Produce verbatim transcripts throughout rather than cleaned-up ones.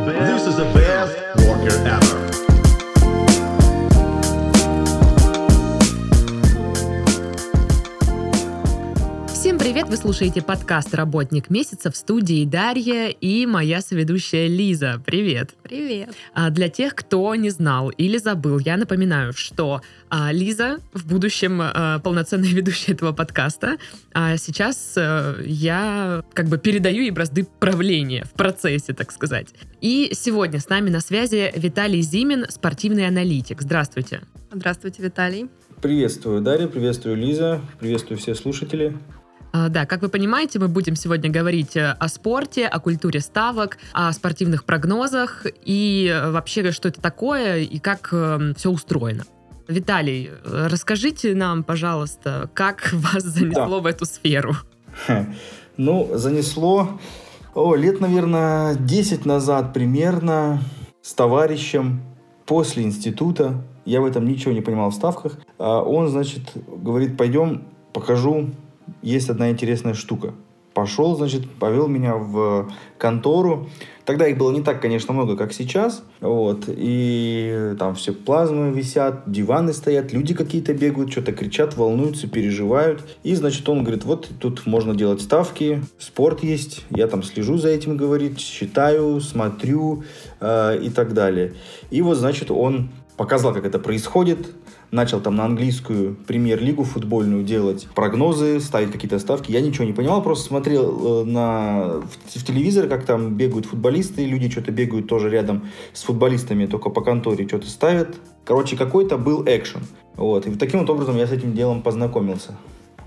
This is the best worker ever. Всем привет! Вы слушаете подкаст «Работник месяца», в студии Дарья и моя соведущая Лиза. Привет! Привет! А для тех, кто не знал или забыл, я напоминаю, что а, Лиза в будущем а, полноценная ведущая этого подкаста, а сейчас а, я как бы передаю ей бразды правления в процессе, так сказать. И сегодня с нами на связи Виталий Зимин, спортивный аналитик. Здравствуйте! Здравствуйте, Виталий! Приветствую, Дарья, приветствую, Лиза, приветствую все слушатели. Да, как вы понимаете, мы будем сегодня говорить о спорте, о культуре ставок, о спортивных прогнозах и вообще, что это такое и как э, все устроено. Виталий, расскажите нам, пожалуйста, как вас занесло да. в эту сферу? Ну, занесло о, лет, наверное, десять назад примерно с товарищем после института. Я в этом ничего не понимал в ставках. Он, значит, говорит, пойдем, покажу. Есть одна интересная штука. Пошел, значит, повел меня в контору. Тогда их было не так, конечно, много, как сейчас. Вот. И там все плазмы висят, диваны стоят, люди какие-то бегают, что-то кричат, волнуются, переживают. И, значит, он говорит, вот тут можно делать ставки, спорт есть. Я там слежу за этим, говорит, считаю, смотрю э, и так далее. И вот, значит, он показал, как это происходит. Начал там на английскую премьер-лигу футбольную делать прогнозы, ставить какие-то ставки. Я ничего не понимал, просто смотрел на, в, в телевизор, как там бегают футболисты, люди что-то бегают тоже рядом с футболистами, только по конторе что-то ставят. Короче, какой-то был экшен. Вот. И таким вот образом я с этим делом познакомился.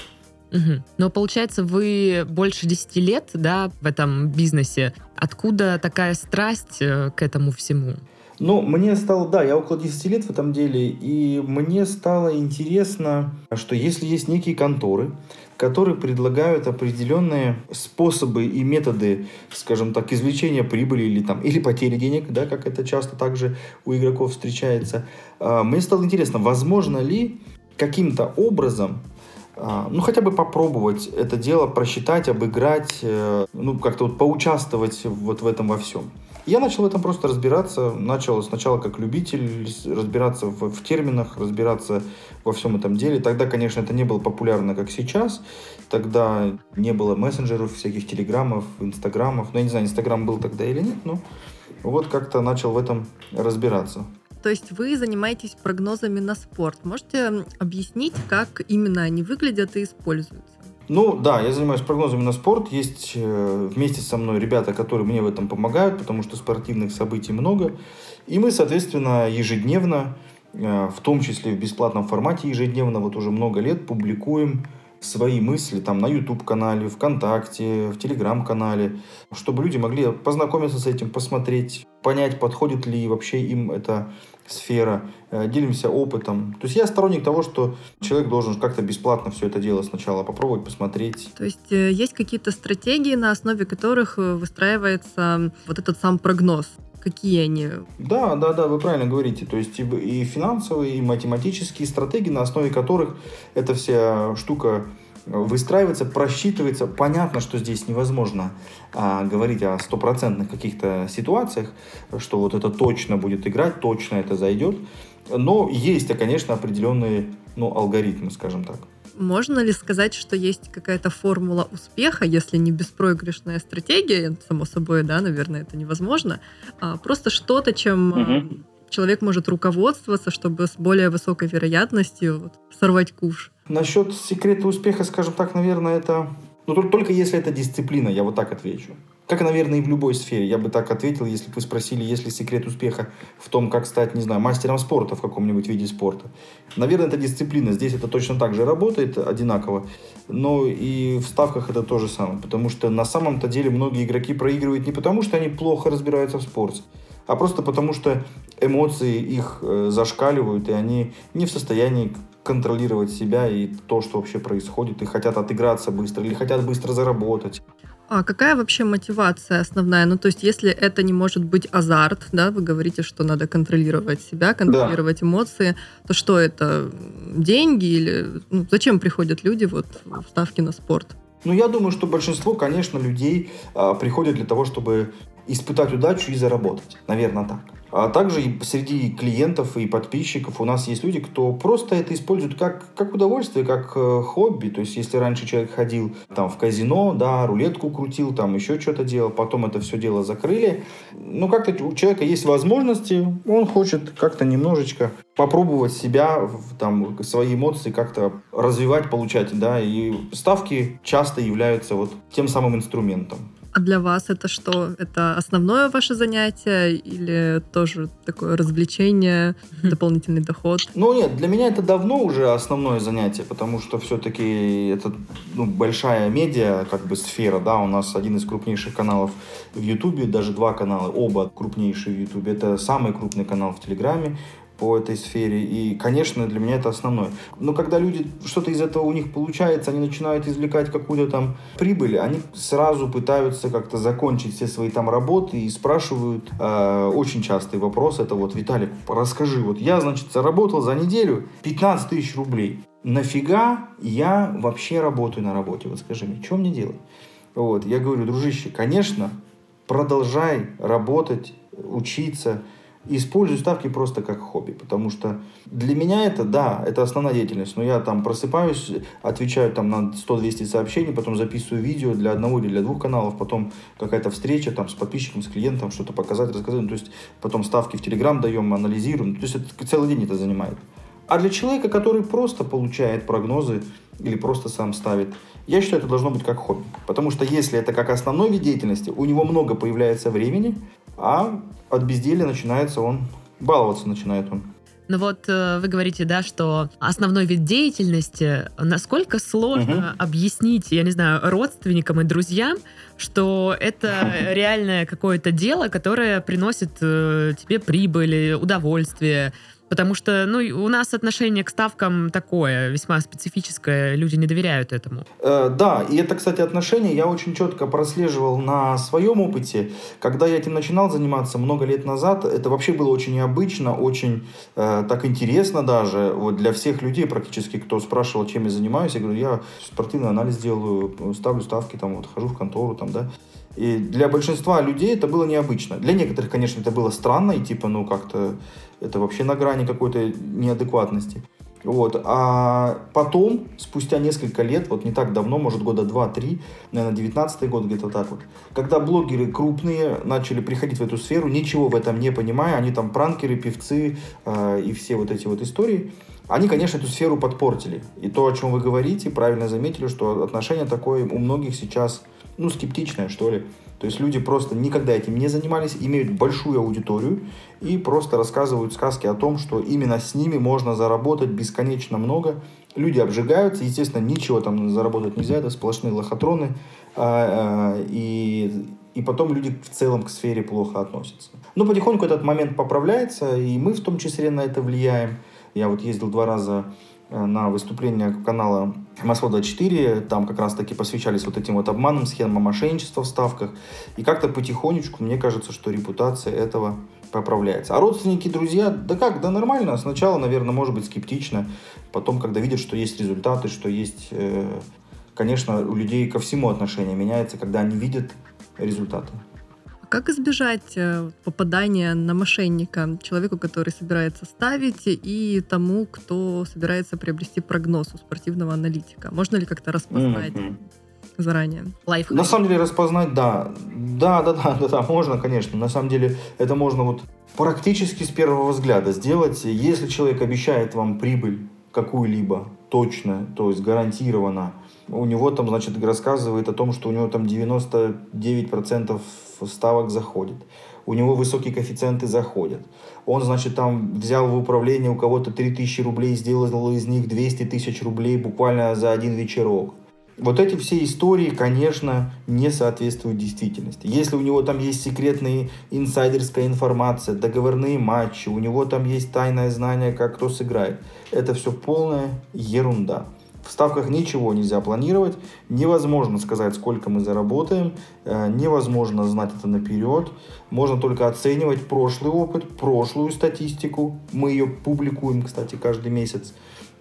Угу. Но получается, вы больше десяти лет, да, в этом бизнесе. Откуда такая страсть к этому всему? Ну, мне стало, да, я около десяти лет в этом деле, и мне стало интересно, что если есть некие конторы, которые предлагают определенные способы и методы, скажем так, извлечения прибыли или, там, или потери денег, да, как это часто также у игроков встречается, мне стало интересно, возможно ли каким-то образом, ну, хотя бы попробовать это дело просчитать, обыграть, ну, как-то вот поучаствовать вот в этом во всем. Я начал в этом просто разбираться, начал сначала как любитель разбираться в, в терминах, разбираться во всем этом деле. Тогда, конечно, это не было популярно, как сейчас. Тогда не было мессенджеров, всяких телеграммов, инстаграмов. Ну, я не знаю, инстаграм был тогда или нет, но вот как-то начал в этом разбираться. То есть вы занимаетесь прогнозами на спорт. Можете объяснить, как именно они выглядят и используются? Ну да, я занимаюсь прогнозами на спорт. Есть э, вместе со мной ребята, которые мне в этом помогают, потому что спортивных событий много. И мы, соответственно, ежедневно, э, в том числе в бесплатном формате, ежедневно вот уже много лет публикуем свои мысли там на YouTube-канале, ВКонтакте, в Телеграм-канале, чтобы люди могли познакомиться с этим, посмотреть, понять, подходит ли вообще им эта сфера, делимся опытом. То есть я сторонник того, что человек должен как-то бесплатно все это дело сначала попробовать, посмотреть. То есть есть какие-то стратегии, на основе которых выстраивается вот этот сам прогноз? Какие они? Да, да, да, вы правильно говорите. То есть и финансовые, и математические стратегии, на основе которых эта вся штука выстраивается, просчитывается. Понятно, что здесь невозможно а, говорить о стопроцентных каких-то ситуациях, что вот это точно будет играть, точно это зайдет. Но есть, конечно, определенные, ну, алгоритмы, скажем так. Можно ли сказать, что есть какая-то формула успеха, если не беспроигрышная стратегия? Само собой, да, наверное, это невозможно. А просто что-то, чем угу. человек может руководствоваться, чтобы с более высокой вероятностью вот, сорвать куш. Насчет секрета успеха, скажем так, наверное, это... Ну, только если это дисциплина, я вот так отвечу. Как, наверное, и в любой сфере. Я бы так ответил, если бы вы спросили, есть ли секрет успеха в том, как стать, не знаю, мастером спорта в каком-нибудь виде спорта. Наверное, это дисциплина. Здесь это точно так же работает, одинаково. Но и в ставках это то же самое. Потому что на самом-то деле многие игроки проигрывают не потому, что они плохо разбираются в спорте, а просто потому, что эмоции их э, зашкаливают, и они не в состоянии контролировать себя и то, что вообще происходит, и хотят отыграться быстро, или хотят быстро заработать. А какая вообще мотивация основная? Ну, то есть, если это не может быть азарт, да, вы говорите, что надо контролировать себя, контролировать да. эмоции, то что это? Деньги или... Ну, зачем приходят люди вот в ставки на спорт? Ну, я думаю, что большинство, конечно, людей а, приходят для того, чтобы испытать удачу и заработать. Наверное, так. А также и среди клиентов и подписчиков у нас есть люди, кто просто это использует как, как удовольствие, как э, хобби. То есть, если раньше человек ходил там, в казино, да, рулетку крутил, там еще что-то делал, потом это все дело закрыли. Ну, как-то у человека есть возможности, он хочет как-то немножечко попробовать себя, там, свои эмоции как-то развивать, получать, да, и ставки часто являются вот тем самым инструментом. А для вас это что? Это основное ваше занятие или тоже такое развлечение, дополнительный доход? Ну нет, для меня это давно уже основное занятие, потому что все-таки это ну, большая медиа, как бы сфера, да, у нас один из крупнейших каналов в Ютубе, даже два канала, оба крупнейшие в Ютубе, это самый крупный канал в Телеграме по этой сфере, и, конечно, для меня это основное. Но когда люди, что-то из этого у них получается, они начинают извлекать какую-то там прибыль, они сразу пытаются как-то закончить все свои там работы и спрашивают э, очень частый вопрос, это вот, Виталик, расскажи, вот я, значит, заработал за неделю пятнадцать тысяч рублей. Нафига я вообще работаю на работе? Вот скажи мне, что мне делать? Вот, я говорю, дружище, конечно, продолжай работать, учиться, использую ставки просто как хобби, потому что для меня это, да, это основная деятельность, но я там просыпаюсь, отвечаю там на сто-двести сообщений, потом записываю видео для одного или для двух каналов, потом какая-то встреча там с подписчиком, с клиентом, что-то показать, рассказать, ну, то есть потом ставки в Телеграм даем, анализируем, то есть это целый день это занимает. А для человека, который просто получает прогнозы или просто сам ставит, я считаю, это должно быть как хобби. Потому что если это как основной вид деятельности, у него много появляется времени, а от безделья начинается он, баловаться начинает он. Ну вот э, вы говорите, да, что основной вид деятельности, насколько сложно угу. объяснить, я не знаю, родственникам и друзьям, что это реальное какое-то дело, которое приносит э, тебе прибыль, удовольствие. Потому что, ну, у нас отношение к ставкам такое, весьма специфическое, люди не доверяют этому. Э, да, и это, кстати, отношение я очень четко прослеживал на своем опыте. Когда я этим начинал заниматься много лет назад, это вообще было очень необычно, очень э, так интересно даже. Вот для всех людей практически, кто спрашивал, чем я занимаюсь, я говорю, я спортивный анализ делаю, ставлю ставки, там, вот, хожу в контору, там, да. И для большинства людей это было необычно. Для некоторых, конечно, это было странно, и типа, ну, как-то это вообще на грани какой-то неадекватности. Вот. А потом, спустя несколько лет, вот не так давно, может, года два-три, наверное, девятнадцатый год, где-то так вот, когда блогеры крупные начали приходить в эту сферу, ничего в этом не понимая, они там пранкеры, певцы э, и все вот эти вот истории, они, конечно, эту сферу подпортили. И то, о чем вы говорите, правильно заметили, что отношение такое у многих сейчас, ну, скептичное, что ли. То есть люди просто никогда этим не занимались, имеют большую аудиторию и просто рассказывают сказки о том, что именно с ними можно заработать бесконечно много. Люди обжигаются, естественно, ничего там заработать нельзя, это сплошные лохотроны. И, и потом люди в целом к сфере плохо относятся. Но потихоньку этот момент поправляется, и мы в том числе на это влияем. Я вот ездил два раза на выступление канала Москва двадцать четыре, там как раз таки посвящались вот этим вот обманам, схемам мошенничества в ставках, и как-то потихонечку, мне кажется, что репутация этого поправляется. А родственники, друзья, да как, да нормально, сначала, наверное, может быть скептично, потом, когда видят, что есть результаты, что есть, э, конечно, у людей ко всему отношение меняется, когда они видят результаты. Как избежать попадания на мошенника человеку, который собирается ставить, и тому, кто собирается приобрести прогноз у спортивного аналитика? Можно ли как-то распознать mm-hmm. заранее? Лайфхак. На самом деле распознать, да. Да, да, да, да, да, можно, конечно. На самом деле это можно вот практически с первого взгляда сделать. Если человек обещает вам прибыль какую-либо точно, то есть гарантированно, у него там, значит, рассказывает о том, что у него там девяносто девять процентов ставок заходит. У него высокие коэффициенты заходят. Он, значит, там взял в управление у кого-то три тысячи рублей, сделал из них двести тысяч рублей буквально за один вечерок. Вот эти все истории, конечно, не соответствуют действительности. Если у него там есть секретная инсайдерская информация, договорные матчи, у него там есть тайное знание, как кто сыграет, это все полная ерунда. В ставках ничего нельзя планировать, невозможно сказать, сколько мы заработаем, невозможно знать это наперед, можно только оценивать прошлый опыт, прошлую статистику, мы ее публикуем, кстати, каждый месяц,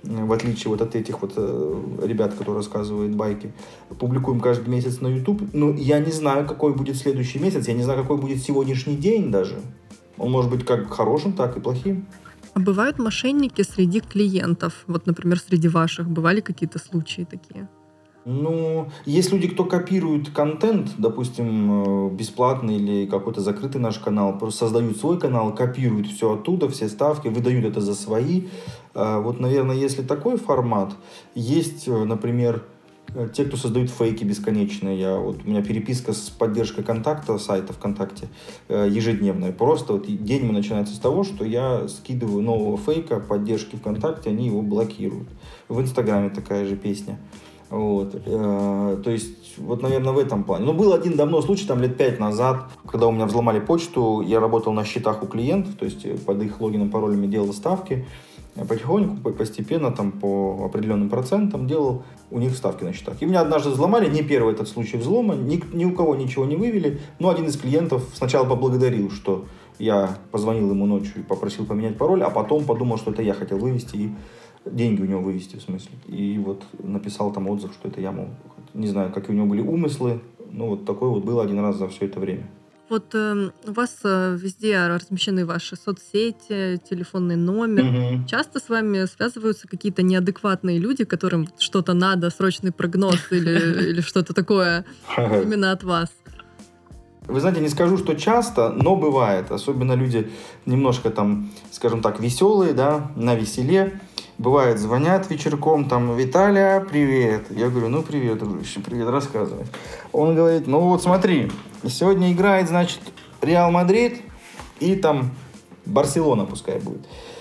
в отличие вот от этих вот э, ребят, которые рассказывают байки. Публикуем каждый месяц на YouTube. Но я не знаю, какой будет следующий месяц, я не знаю, какой будет сегодняшний день даже. Он может быть как хорошим, так и плохим. А бывают мошенники среди клиентов? Вот, например, среди ваших бывали какие-то случаи такие? Ну, есть люди, кто копирует контент, допустим, бесплатный или какой-то закрытый наш канал, просто создают свой канал, копируют все оттуда, все ставки, выдают это за свои. Вот, наверное, если такой формат, есть, например, те, кто создают фейки бесконечные. Я, вот, у меня переписка с поддержкой контакта сайта ВКонтакте ежедневная. Просто вот день мой начинается с того, что я скидываю нового фейка поддержки ВКонтакте, они его блокируют. В Инстаграме такая же песня. Вот. То есть, вот, наверное, в этом плане. Но был один давно случай, там лет пять назад, когда у меня взломали почту, я работал на счетах у клиентов, то есть под их логином, паролями делал ставки. Я потихоньку, постепенно, там, по определенным процентам делал у них ставки на счетах. И меня однажды взломали, не первый этот случай взлома, ни, ни у кого ничего не вывели, но один из клиентов сначала поблагодарил, что я позвонил ему ночью и попросил поменять пароль, а потом подумал, что это я хотел вывести и деньги у него вывести, в смысле. И вот написал там отзыв, что это я, мол, не знаю, какие у него были умыслы, но вот такой вот был один раз за все это время. Вот э, у вас э, везде размещены ваши соцсети, телефонный номер. Угу. Часто с вами связываются какие-то неадекватные люди, которым что-то надо, срочный прогноз или, или что-то такое именно от вас? Вы знаете, не скажу, что часто, но бывает. Особенно люди немножко там, скажем так, веселые, да, на веселе. Бывает, звонят вечерком, там, Виталя, привет. Я говорю, ну, привет, дружище, привет, рассказывай. Он говорит, ну, вот смотри, сегодня играет, значит, Реал Мадрид и там Барселона пускай будет.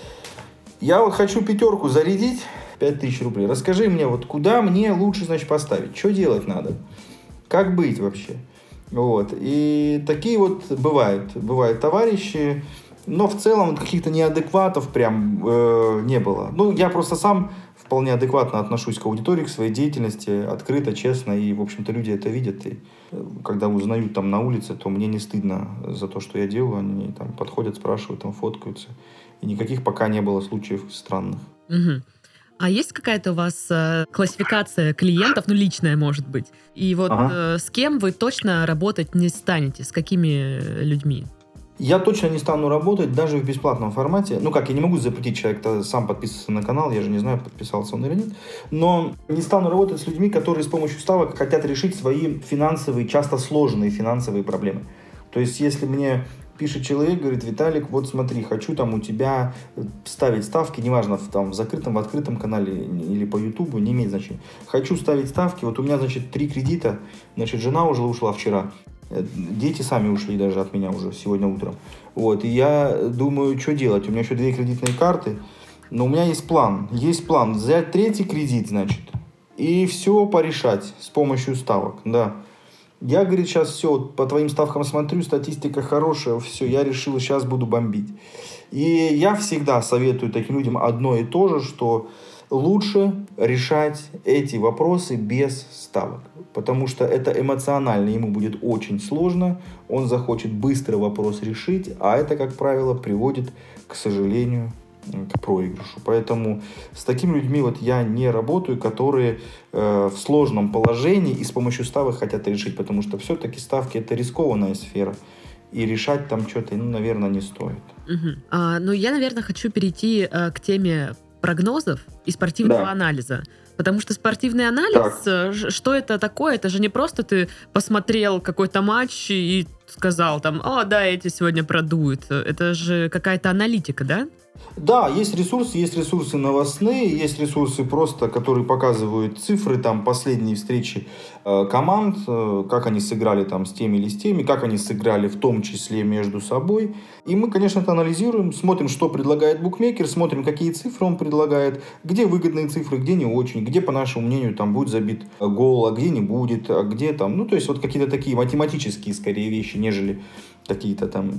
Я вот хочу пятерку зарядить, пять тысяч рублей. Расскажи мне, вот куда мне лучше, значит, поставить? Что делать надо? Как быть вообще? Вот. И такие вот бывают, бывают товарищи. Но в целом каких-то неадекватов прям э, не было. Ну, я просто сам вполне адекватно отношусь к аудитории, к своей деятельности, открыто, честно. И, в общем-то, люди это видят. И э, когда узнают там на улице, то мне не стыдно за то, что я делаю. Они там подходят, спрашивают, там фоткаются. И никаких пока не было случаев странных. Угу. А есть какая-то у вас э, классификация клиентов, ну, личная, может быть? И вот ага. э, с кем вы точно работать не станете? С какими людьми? Я точно не стану работать даже в бесплатном формате. Ну как, я не могу запретить человека сам подписываться на канал, я же не знаю, подписался он или нет. Но не стану работать с людьми, которые с помощью ставок хотят решить свои финансовые, часто сложные финансовые проблемы. То есть, если мне пишет человек, говорит, Виталик, вот смотри, хочу там у тебя ставить ставки, неважно, в, там, в закрытом, в открытом канале или по Ютубу, не имеет значения. Хочу ставить ставки, вот у меня, значит, три кредита, значит, жена уже ушла вчера. Дети сами ушли даже от меня уже сегодня утром. Вот, и я думаю, что делать. У меня еще две кредитные карты. Но у меня есть план. Есть план взять третий кредит, значит, и все порешать с помощью ставок. Да. Я, говорит, сейчас все, по твоим ставкам смотрю, статистика хорошая, все, я решил, сейчас буду бомбить. И я всегда советую таким людям одно и то же, что лучше решать эти вопросы без ставок. Потому что это эмоционально ему будет очень сложно. Он захочет быстро вопрос решить. А это, как правило, приводит, к сожалению, к проигрышу. Поэтому с такими людьми вот я не работаю, которые э, в сложном положении и с помощью ставок хотят решить. Потому что все-таки ставки – это рискованная сфера. И решать там что-то, ну, наверное, не стоит. Угу. А, ну, я, наверное, хочу перейти э, к теме прогнозов и спортивного да. анализа. Потому что спортивный анализ, так. что это такое? Это же не просто ты посмотрел какой-то матч и сказал там, о, да, эти сегодня продуют. Это же какая-то аналитика, да? Да, есть ресурсы, есть ресурсы новостные, есть ресурсы просто, которые показывают цифры, там, последние встречи э, команд, э, как они сыграли там с теми или с теми, как они сыграли в том числе между собой. И мы, конечно, это анализируем, смотрим, что предлагает букмекер, смотрим, какие цифры он предлагает, где выгодные цифры, где не очень, где, по нашему мнению, там будет забит гол, а где не будет, а где там, ну, то есть вот какие-то такие математические, скорее, вещи, нежели какие-то там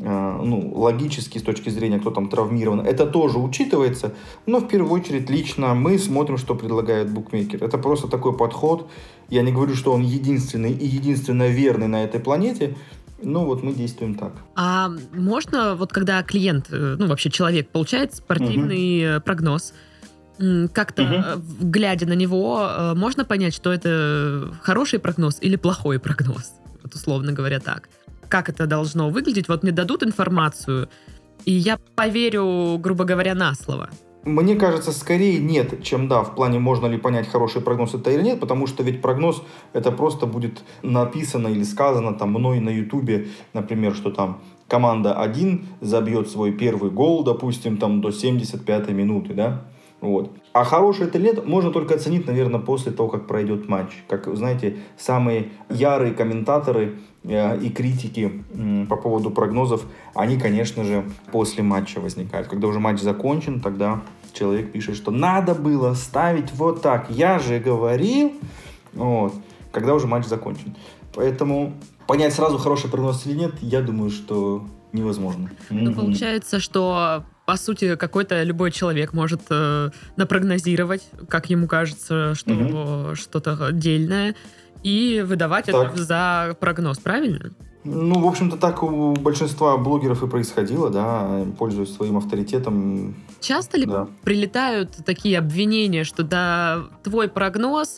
ну, логически с точки зрения, кто там травмирован, это тоже учитывается, но в первую очередь лично мы смотрим, что предлагает букмекер. Это просто такой подход. Я не говорю, что он единственный и единственно верный на этой планете, но вот мы действуем так. А можно, вот когда клиент, ну вообще человек получает спортивный угу. прогноз, м, как-то, Мгм. э, в- глядя на него, э, можно понять, что это хороший прогноз или плохой прогноз? Вот условно говоря так. Как это должно выглядеть? Вот мне дадут информацию, и я поверю, грубо говоря, на слово. Мне кажется, скорее нет, чем да, в плане можно ли понять, хороший прогноз это или нет, потому что ведь прогноз это просто будет написано или сказано там мной на ютубе, например, что там команда один забьет свой первый гол, допустим, там до семьдесят пятой минуты, да, вот. А хороший это или нет, можно только оценить, наверное, после того, как пройдет матч. Как, знаете, самые ярые комментаторы э, и критики м, по поводу прогнозов, они, конечно же, после матча возникают. Когда уже матч закончен, тогда человек пишет, что надо было ставить вот так. Я же говорил, вот, когда уже матч закончен. Поэтому понять сразу, хороший прогноз или нет, я думаю, что невозможно. Ну, Мгм. получается, что, по сути, какой-то любой человек может э, напрогнозировать, как ему кажется, что Мгм. что-то дельное, и выдавать Так. это за прогноз, правильно? Ну, в общем-то, так у большинства блогеров и происходило, да, пользуясь своим авторитетом. Часто ли Да. прилетают такие обвинения, что да, твой прогноз,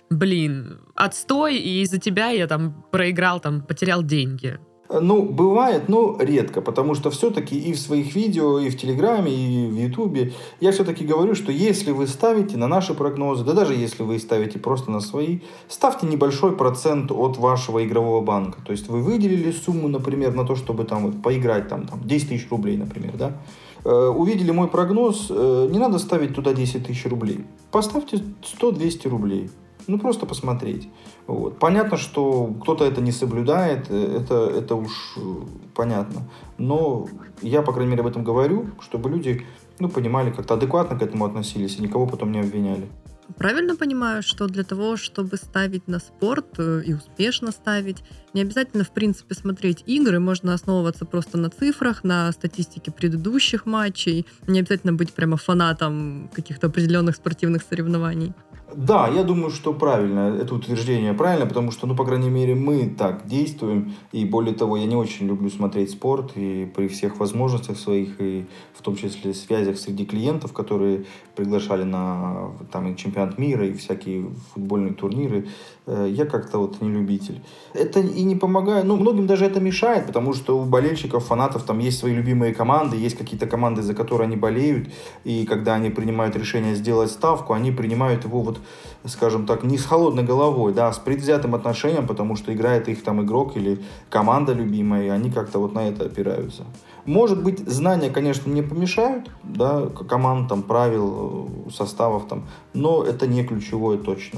блин, отстой, и из-за тебя я там проиграл, там, потерял деньги? Ну, бывает, но редко, потому что все-таки и в своих видео, и в Телеграме, и в Ютубе я все-таки говорю, что если вы ставите на наши прогнозы, да даже если вы ставите просто на свои, ставьте небольшой процент от вашего игрового банка. То есть вы выделили сумму, например, на то, чтобы там вот поиграть там, там десять тысяч рублей, например, да? Э, увидели мой прогноз, э, не надо ставить туда десять тысяч рублей. Поставьте сто-двести рублей. Ну, просто посмотреть. Вот. Понятно, что кто-то это не соблюдает, это, это уж э, понятно. Но я, по крайней мере, об этом говорю, чтобы люди ну, понимали, как-то адекватно к этому относились и никого потом не обвиняли. Правильно понимаю, что для того, чтобы ставить на спорт э, и успешно ставить, не обязательно, в принципе, смотреть игры, можно основываться просто на цифрах, на статистике предыдущих матчей, не обязательно быть прямо фанатом каких-то определенных спортивных соревнований. Да, я думаю, что правильно, это утверждение правильно, потому что, ну, по крайней мере, мы так действуем, и более того, я не очень люблю смотреть спорт, и при всех возможностях своих, и в том числе связях среди клиентов, которые приглашали на там, и чемпионат мира, и всякие футбольные турниры, э, я как-то вот не любитель. Это и не помогает, ну, многим даже это мешает, потому что у болельщиков, фанатов там есть свои любимые команды, есть какие-то команды, за которые они болеют, и когда они принимают решение сделать ставку, они принимают его вот, скажем так, не с холодной головой, да, а с предвзятым отношением, потому что играет их там игрок или команда любимая, и они как-то вот на это опираются. Может быть, знания, конечно, не помешают, да, команд, там, правил, составов, там, но это не ключевое точно.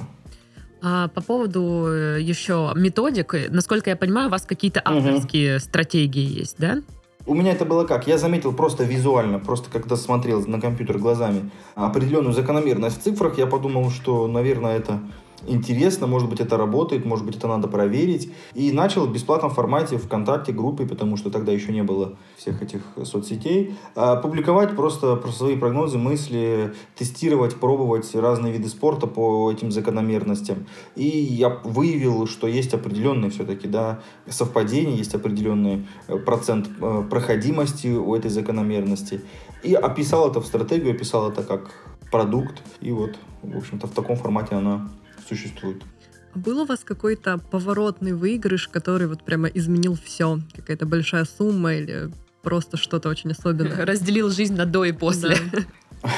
А по поводу э, еще методик, э, насколько я понимаю, у вас какие-то Мгм. авторские стратегии есть, да? У меня это было как? Я заметил просто визуально, просто когда смотрел на компьютер глазами определенную закономерность в цифрах, я подумал, что, наверное, это интересно, может быть, это работает, может быть, это надо проверить. И начал в бесплатном формате ВКонтакте группе, потому что тогда еще не было всех этих соцсетей, публиковать просто про свои прогнозы, мысли, тестировать, пробовать разные виды спорта по этим закономерностям. И я выявил, что есть определенные все-таки, да, совпадения, есть определенный процент проходимости у этой закономерности. И описал это в стратегию, описал это как продукт. И вот, в общем-то, в таком формате она существует. Был у вас какой-то поворотный выигрыш, который вот прямо изменил все? Какая-то большая сумма или просто что-то очень особенное? Разделил жизнь на до и после. Да.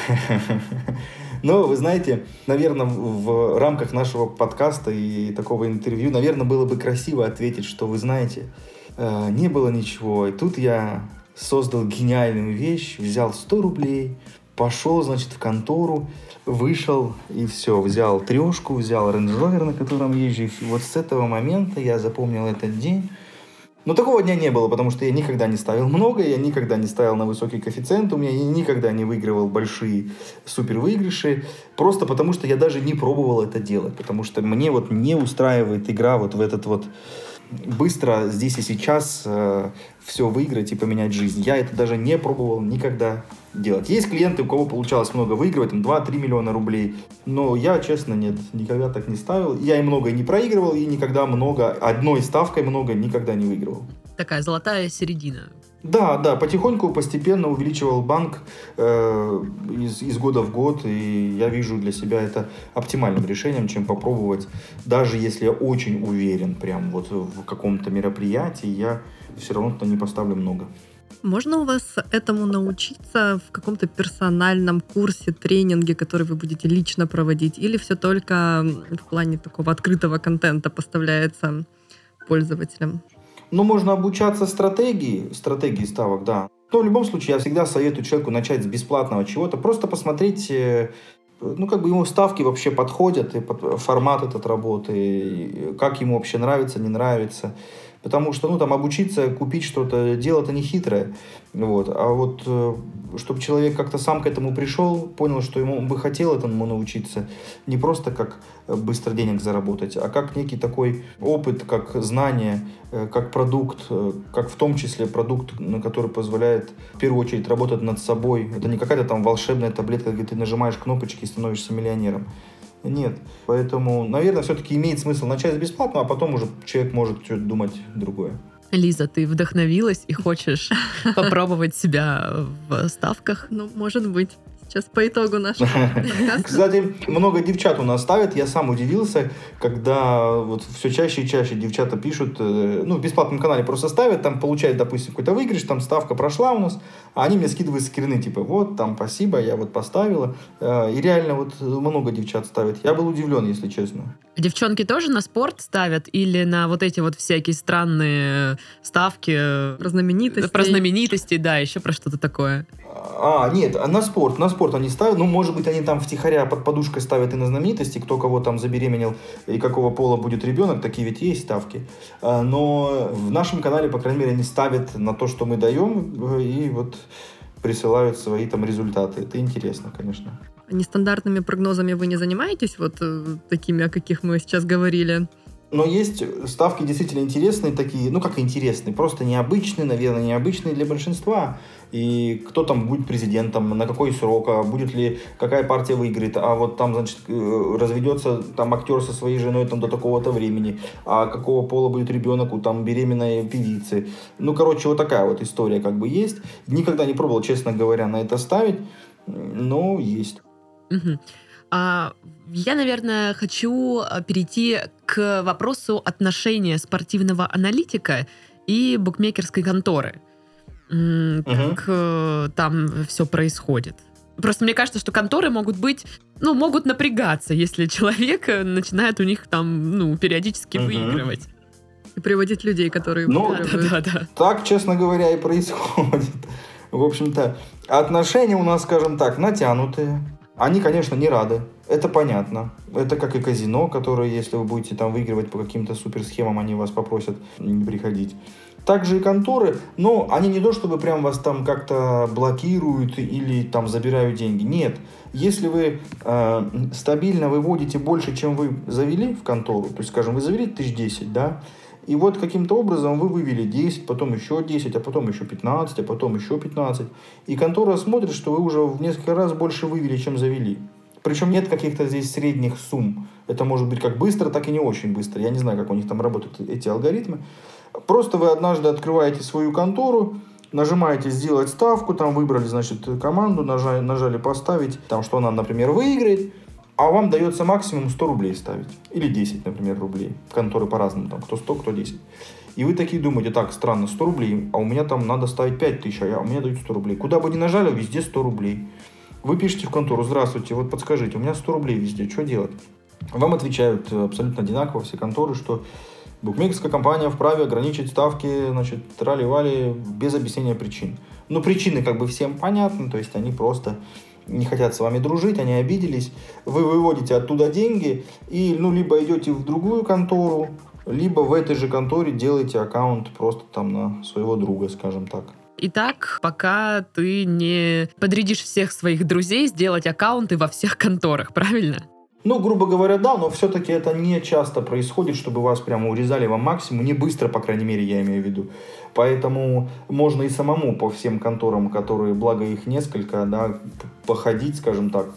Но, вы знаете, наверное, в рамках нашего подкаста и такого интервью, наверное, было бы красиво ответить, что, вы знаете, не было ничего. И тут я создал гениальную вещь, взял сто рублей, пошел, значит, в контору, вышел и все, взял трешку, взял Range Rover, на котором езжу. И вот с этого момента я запомнил этот день. Но такого дня не было, потому что я никогда не ставил много, я никогда не ставил на высокий коэффициент, у меня я никогда не выигрывал большие супервыигрыши, просто потому что я даже не пробовал это делать, потому что мне вот не устраивает игра вот в этот вот быстро здесь и сейчас э, все выиграть и поменять жизнь. Я это даже не пробовал никогда делать. Есть клиенты, у кого получалось много выигрывать, там два-три миллиона рублей, но я, честно, нет, никогда так не ставил. Я и много не проигрывал, и никогда много, одной ставкой много никогда не выигрывал. Такая золотая середина. Да, да, потихоньку, постепенно увеличивал банк э, из, из года в год, и я вижу для себя это оптимальным решением, чем попробовать, даже если я очень уверен прям вот в каком-то мероприятии, я все равно туда не поставлю много. Можно у вас этому научиться в каком-то персональном курсе, тренинге, который вы будете лично проводить, или все только в плане такого открытого контента поставляется пользователям? Ну, можно обучаться стратегии, стратегии ставок, да. Но в любом случае я всегда советую человеку начать с бесплатного чего-то, просто посмотреть, ну, как бы ему ставки вообще подходят, и формат этот работы, и как ему вообще нравится, не нравится. Потому что, ну, там, обучиться, купить что-то, дело-то не хитрое. Вот. А вот, чтобы человек как-то сам к этому пришел, понял, что ему бы хотел этому научиться, не просто как быстро денег заработать, а как некий такой опыт, как знание, как продукт, как в том числе продукт, который позволяет в первую очередь работать над собой. Это не какая-то там волшебная таблетка, где ты нажимаешь кнопочки и становишься миллионером. Нет. Поэтому, наверное, все-таки имеет смысл начать с бесплатного, а потом уже человек может что-то думать другое. Лиза, ты вдохновилась и хочешь попробовать себя в ставках? Ну, может быть. Сейчас по итогу нашего подкаста. Кстати, много девчат у нас ставят. Я сам удивился, когда вот все чаще и чаще девчата пишут, ну, в бесплатном канале просто ставят, там получают, допустим, какой-то выигрыш, там ставка прошла у нас, а они мне скидывают скрины, типа, вот, там, спасибо, я вот поставила. И реально вот много девчат ставят. Я был удивлен, если честно. Девчонки тоже на спорт ставят или на вот эти вот всякие странные ставки? Про знаменитости. Про знаменитости, да, еще про что-то такое. А, нет, на спорт, на спорт они ставят, ну, может быть, они там втихаря под подушкой ставят и на знаменитости, кто кого там забеременел и какого пола будет ребенок, такие ведь есть ставки. Но в нашем канале, по крайней мере, они ставят на то, что мы даем, и вот присылают свои там результаты. Это интересно, конечно. Нестандартными прогнозами вы не занимаетесь, вот такими, о каких мы сейчас говорили? Но есть ставки действительно интересные такие, ну как интересные, просто необычные, наверное, необычные для большинства. И кто там будет президентом, на какой срок, а будет ли, какая партия выиграет, а вот там, значит, разведется там актер со своей женой там до такого-то времени, а какого пола будет ребенок у там беременной певицы. Ну, короче, вот такая вот история как бы есть. Никогда не пробовал, честно говоря, на это ставить, но есть. Угу. А, я, наверное, хочу перейти к вопросу отношения спортивного аналитика и букмекерской конторы. Как uh-huh. там все происходит. Просто мне кажется, что конторы могут быть, ну, могут напрягаться, если человек начинает у них там, ну, периодически uh-huh. выигрывать. И приводить людей, которые ну, выигрывают. Да, да, да. Так, честно говоря, и происходит. В общем-то, отношения у нас, скажем так, натянутые. Они, конечно, не рады. Это понятно. Это как и казино, которые, если вы будете там выигрывать по каким-то суперсхемам, они вас попросят не приходить. Также и конторы, но они не то, чтобы прям вас там как-то блокируют или там забирают деньги. Нет. Если вы э, стабильно выводите больше, чем вы завели в контору, то есть, скажем, вы завели тысяч десять, да, и вот каким-то образом вы вывели десять, потом еще десять, а потом еще пятнадцать, а потом еще пятнадцать. И контора смотрит, что вы уже в несколько раз больше вывели, чем завели. Причем нет каких-то здесь средних сумм. Это может быть как быстро, так и не очень быстро. Я не знаю, как у них там работают эти алгоритмы. Просто вы однажды открываете свою контору, нажимаете «Сделать ставку», там выбрали, значит, команду, нажали, нажали «Поставить», там, что она, например, выиграет, а вам дается максимум сто рублей ставить. Или десять, например, рублей. Конторы по-разному, там, кто сто, кто десять. И вы такие думаете, так, странно, сто рублей, а у меня там надо ставить пять тысяч, а у меня дают сто рублей. Куда бы ни нажали, везде сто рублей. Вы пишете в контору: здравствуйте, вот подскажите, у меня сто рублей везде, что делать? Вам отвечают абсолютно одинаково все конторы, что букмекерская компания вправе ограничить ставки, значит, трали-вали, без объяснения причин. Но причины как бы всем понятны, то есть они просто не хотят с вами дружить, они обиделись. Вы выводите оттуда деньги и, ну, либо идете в другую контору, либо в этой же конторе делаете аккаунт просто там на своего друга, скажем так. Итак, пока ты не подрядишь всех своих друзей сделать аккаунты во всех конторах, правильно? Ну, грубо говоря, да, но все-таки это не часто происходит, чтобы вас прямо урезали во максимум, не быстро, по крайней мере, я имею в виду. Поэтому можно и самому по всем конторам, которые, благо их несколько, да, походить, скажем так,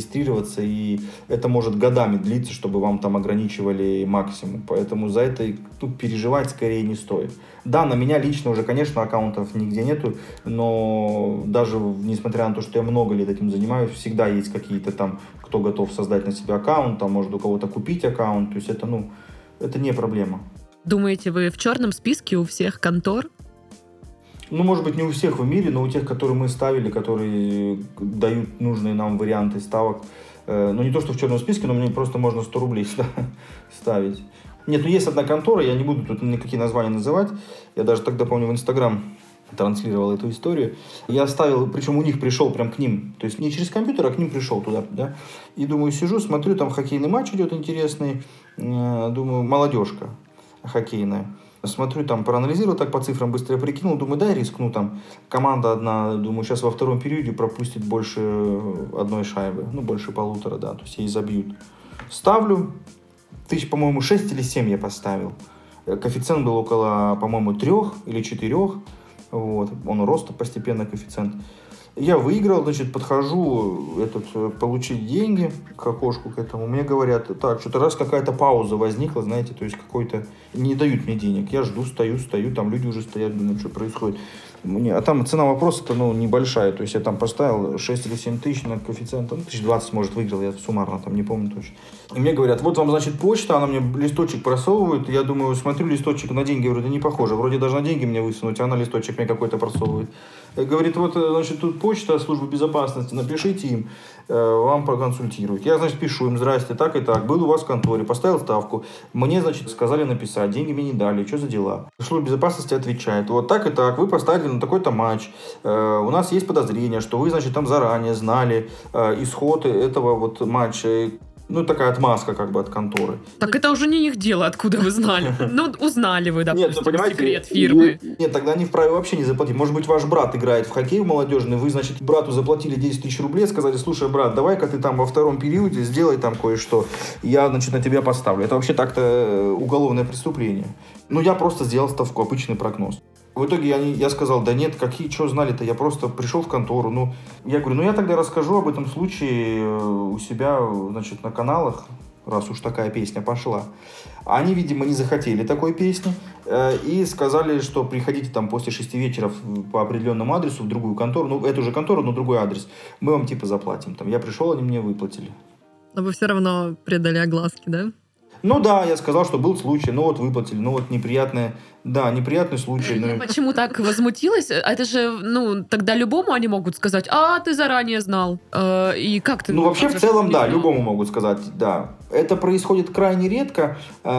зарегистрироваться, и это может годами длиться, чтобы вам там ограничивали максимум. Поэтому за это тут переживать скорее не стоит. Да, на меня лично уже, конечно, аккаунтов нигде нету, но даже несмотря на то, что я много лет этим занимаюсь, всегда есть какие-то там, кто готов создать на себя аккаунт, там может у кого-то купить аккаунт, то есть это, ну, это не проблема. Думаете, вы в черном списке у всех контор? Ну, может быть, не у всех в мире, но у тех, которые мы ставили, которые дают нужные нам варианты ставок. Э, ну, не то, что в черном списке, но мне просто можно сто рублей сюда ставить. Нет, ну есть одна контора, я не буду тут никакие названия называть. Я даже тогда, помню, в Инстаграм транслировал эту историю. Я ставил, причем у них пришел прям к ним, то есть не через компьютер, а к ним пришел туда, да. И думаю, сижу, смотрю, там хоккейный матч идет интересный. Э, думаю, молодежка хоккейная. Смотрю, там проанализировал, так по цифрам быстро прикинул, думаю, дай рискну, там команда одна, думаю, сейчас во втором периоде пропустит больше одной шайбы, ну, больше полутора, да, то есть ей забьют. Ставлю, тысяч, по-моему, шесть или семь я поставил. Коэффициент был около, по-моему, трех или четырех, вот, он роста постепенно коэффициент. Я выиграл, значит, подхожу этот, получить деньги к окошку к этому. Мне говорят, так, что-то раз какая-то пауза возникла, знаете, то есть какой-то... Не дают мне денег. Я жду, стою, стою, там люди уже стоят, думаю, что происходит. Мне... А там цена вопроса-то, ну, небольшая. То есть я там поставил шесть или семь тысяч на коэффициент, ну, тысяч двадцать, может, выиграл, я суммарно там не помню точно. И мне говорят, вот вам, значит, почта, она мне листочек просовывает. Я думаю, смотрю, листочек на деньги вроде не похоже. Вроде даже на деньги мне высунуть, а она листочек мне какой-то просовывает. Говорит, вот, значит, тут почта, служба безопасности, напишите им, э, вам проконсультируют. Я, значит, пишу им, здрасте, так и так, был у вас в конторе, поставил ставку, мне, значит, сказали написать, деньги мне не дали, что за дела? Служба безопасности отвечает, вот так и так, вы поставили на такой-то матч, э, у нас есть подозрение, что вы, значит, там заранее знали э, исход этого вот матча. Ну, такая отмазка как бы от конторы. Так это уже не их дело, откуда вы знали. Ну, узнали вы, допустим, нет, ну, понимаете, секрет фирмы. Нет, тогда они вправе вообще не заплатить. Может быть, ваш брат играет в хоккей в молодежный, вы, значит, брату заплатили десять тысяч рублей, сказали, слушай, брат, давай-ка ты там во втором периоде сделай там кое-что, я, значит, на тебя поставлю. Это вообще так-то уголовное преступление. Ну, я просто сделал ставку, обычный прогноз. В итоге я, не, я сказал, да нет, какие, что знали-то, я просто пришел в контору. Ну, я говорю, ну я тогда расскажу об этом случае у себя, значит, на каналах, раз уж такая песня пошла. Они, видимо, не захотели такой песни э, и сказали, что приходите там после шести вечера по определенному адресу в другую контору, ну, эту же контору, но другой адрес, мы вам типа заплатим. Там, я пришел, они мне выплатили. Но вы все равно предали огласке, да? Ну да, я сказал, что был случай, ну вот выплатили, ну вот неприятное, да, неприятный случай. Я ну... почему так возмутилась? Это же, ну, тогда любому они могут сказать, а, ты заранее знал. Э, и как ты... Ну, вообще, в целом, да, знал? любому могут сказать, да. Это происходит крайне редко,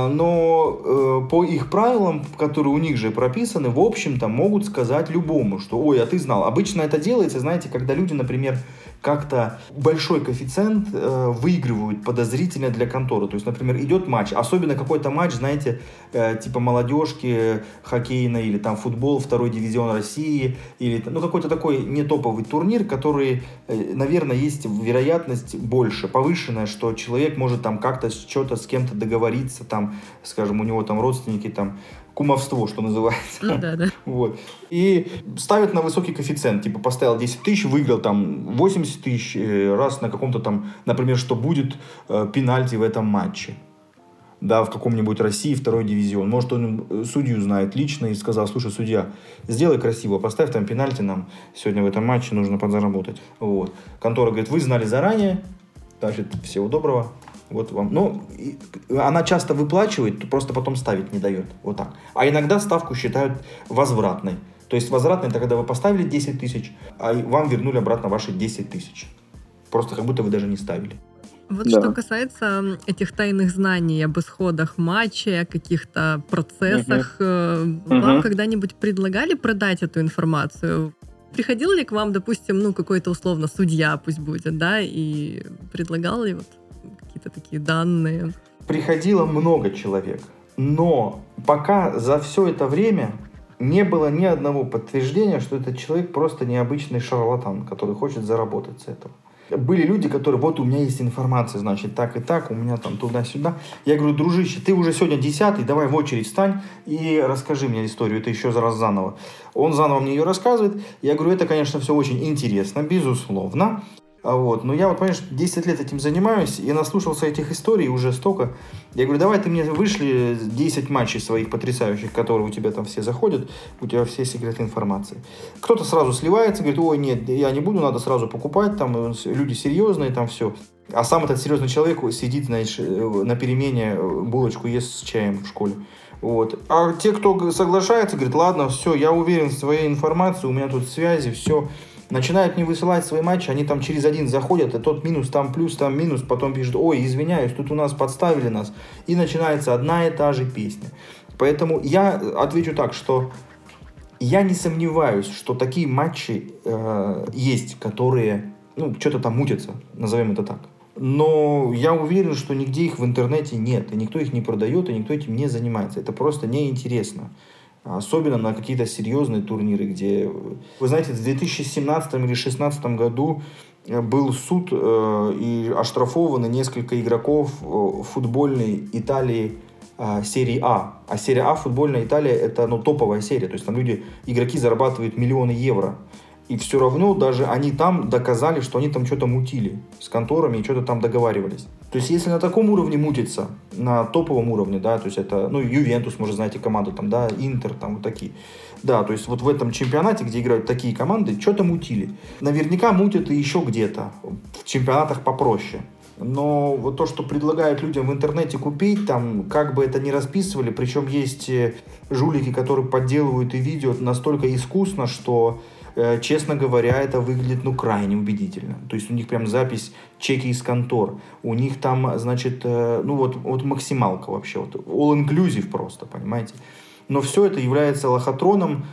но по их правилам, которые у них же прописаны, в общем-то, могут сказать любому, что, ой, а ты знал. Обычно это делается, знаете, когда люди, например, как-то большой коэффициент э, выигрывают подозрительно для конторы. То есть, например, идет матч, особенно какой-то матч, знаете, э, типа молодежки хоккейной или там футбол, второй дивизион России, или ну, какой-то такой не топовый турнир, который, э, наверное, есть вероятность больше, повышенная, что человек может там как-то что-то с кем-то договориться, там, скажем, у него там родственники, там, кумовство, что называется. Ну да, да. Вот. И ставят на высокий коэффициент. Типа поставил десять тысяч, выиграл там восемьдесят тысяч, раз на каком-то там, например, что будет э, пенальти в этом матче. Да, в каком-нибудь России, второй дивизион. Может, он судью знает лично и сказал, слушай, судья, сделай красиво, поставь там пенальти нам сегодня в этом матче, нужно подзаработать. Вот. Контора говорит, вы знали заранее, значит, всего доброго. Вот вам. Но она часто выплачивает, просто потом ставить не дает. Вот так. А иногда ставку считают возвратной. То есть возвратной это когда вы поставили десять тысяч, а вам вернули обратно ваши десять тысяч. Просто как будто вы даже не ставили. Вот Да. что касается этих тайных знаний об исходах матчей, о каких-то процессах, uh-huh. вам uh-huh. когда-нибудь предлагали продать эту информацию? Приходил ли к вам, допустим, ну какой-то условно судья, пусть будет, да, и предлагал ли вот какие-то такие данные? Приходило много человек, но пока за все это время не было ни одного подтверждения, что этот человек просто необычный шарлатан, который хочет заработать с этого. Были люди, которые, вот у меня есть информация, значит, так и так, у меня там туда-сюда. Я говорю, дружище, ты уже сегодня десятый, давай в очередь встань и расскажи мне историю, это еще раз заново. Он заново мне ее рассказывает. Я говорю, это, конечно, все очень интересно, безусловно. А вот. Но я вот, понимаешь, десять лет этим занимаюсь и наслушался этих историй уже столько. Я говорю, давай ты мне вышли десять матчей своих потрясающих, которые у тебя там все заходят, у тебя все секреты информации. Кто-то сразу сливается, говорит, ой, нет, я не буду, надо сразу покупать, там люди серьезные, там все. А сам этот серьезный человек сидит, знаешь, на перемене, булочку ест с чаем в школе. Вот. А те, кто соглашается, говорит, ладно, все, я уверен в своей информации, у меня тут связи, все. Начинают мне высылать свои матчи, они там через один заходят, а тот минус, там плюс, там минус, потом пишут, ой, извиняюсь, тут у нас подставили нас. И начинается одна и та же песня. Поэтому я отвечу так, что я не сомневаюсь, что такие матчи э, есть, которые, ну, что-то там мутятся, назовем это так. Но я уверен, что нигде их в интернете нет, и никто их не продает, и никто этим не занимается. Это просто неинтересно. Особенно на какие-то серьезные турниры, где... Вы знаете, в две тысячи семнадцатом или две тысячи шестнадцатом году был суд э, и оштрафованы несколько игроков э, футбольной Италии э, серии А. А серия А футбольная Италия это ну, топовая серия. То есть там люди, игроки зарабатывают миллионы евро. И все равно даже они там доказали, что они там что-то мутили с конторами и что-то там договаривались. То есть если на таком уровне мутится, на топовом уровне, да, то есть это, ну, Ювентус, может, знаете, команду там, да, Интер, там, вот такие. Да, то есть вот в этом чемпионате, где играют такие команды, что-то мутили. Наверняка мутят и еще где-то, в чемпионатах попроще. Но вот то, что предлагают людям в интернете купить, там, как бы это ни расписывали, причем есть жулики, которые подделывают и видео настолько искусно, что... Честно говоря, это выглядит, ну, крайне убедительно. То есть у них прям запись чеки из контор. У них там, значит, ну, вот, вот максималка вообще. Вот, all-inclusive просто, понимаете? Но все это является лохотроном.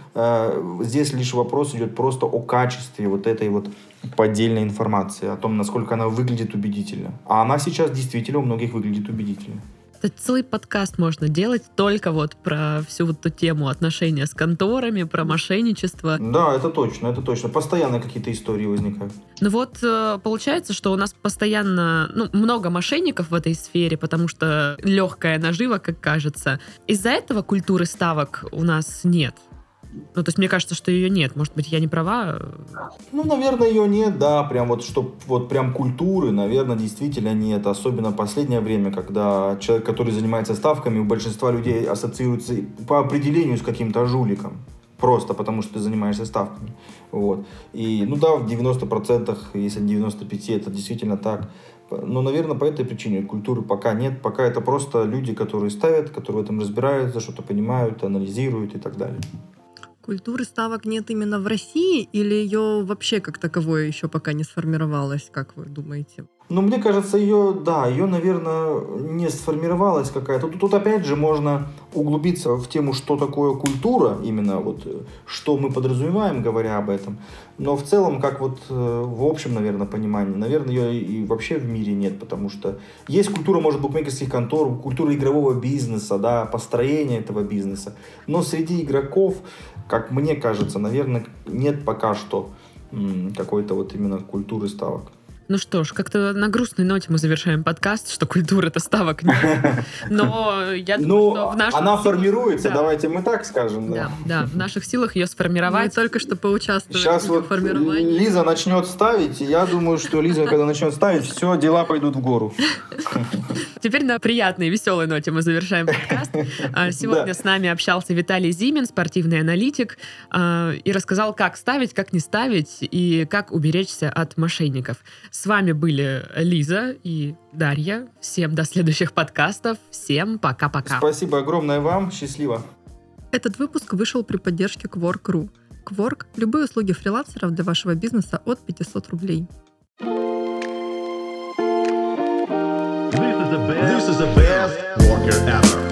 Здесь лишь вопрос идет просто о качестве вот этой вот поддельной информации, о том, насколько она выглядит убедительно. А она сейчас действительно у многих выглядит убедительно. Это целый подкаст можно делать только вот про всю вот эту тему отношения с конторами, про мошенничество. Да, это точно, это точно. Постоянно какие-то истории возникают. Ну вот получается, что у нас постоянно ну, много мошенников в этой сфере, потому что легкая нажива, как кажется. Из-за этого культуры ставок у нас нет. Ну, то есть мне кажется, что ее нет. Может быть, я не права? Ну, наверное, ее нет, да. Прям вот, чтоб вот прям культуры, наверное, действительно нет. Особенно в последнее время, когда человек, который занимается ставками, у большинства людей ассоциируется по определению с каким-то жуликом. Просто потому, что ты занимаешься ставками. Вот. И, ну да, в девяноста процентах, если не девяноста пяти процентах, это действительно так. Но, наверное, по этой причине культуры пока нет. Пока это просто люди, которые ставят, которые в этом разбираются, что-то понимают, анализируют и так далее. Культуры ставок нет именно в России или ее вообще как таковое еще пока не сформировалось, как вы думаете? Ну, мне кажется, ее, да, ее, наверное, не сформировалась какая-то. Тут, тут опять же можно углубиться в тему, что такое культура, именно вот, что мы подразумеваем, говоря об этом. Но в целом, как вот в общем, наверное, понимании, наверное, ее и вообще в мире нет, потому что есть культура, может, букмекерских контор, культура игрового бизнеса, да, построения этого бизнеса. Но среди игроков, как мне кажется, наверное, нет пока что м- какой-то вот именно культуры ставок. Ну что ж, как-то на грустной ноте мы завершаем подкаст, что культуры-то ставок нет. Но я думаю, ну, что в наших она силах... формируется, да. Давайте мы так скажем. Да, Да, да, в наших силах ее сформировать. Мы только что поучаствовали Сейчас в ее вот формировании. Лиза начнет ставить, и я думаю, что Лиза, когда начнет ставить, все, дела пойдут в гору. Теперь на приятной, веселой ноте мы завершаем подкаст. Сегодня Да. с нами общался Виталий Зимин, спортивный аналитик, и рассказал, как ставить, как не ставить и как уберечься от мошенников. С вами были Лиза и Дарья. Всем до следующих подкастов. Всем пока-пока. Спасибо огромное вам. Счастливо. Этот выпуск вышел при поддержке Quark точка ру. Quark – любые услуги фрилансеров для вашего бизнеса от пятьсот рублей. This is the best worker ever.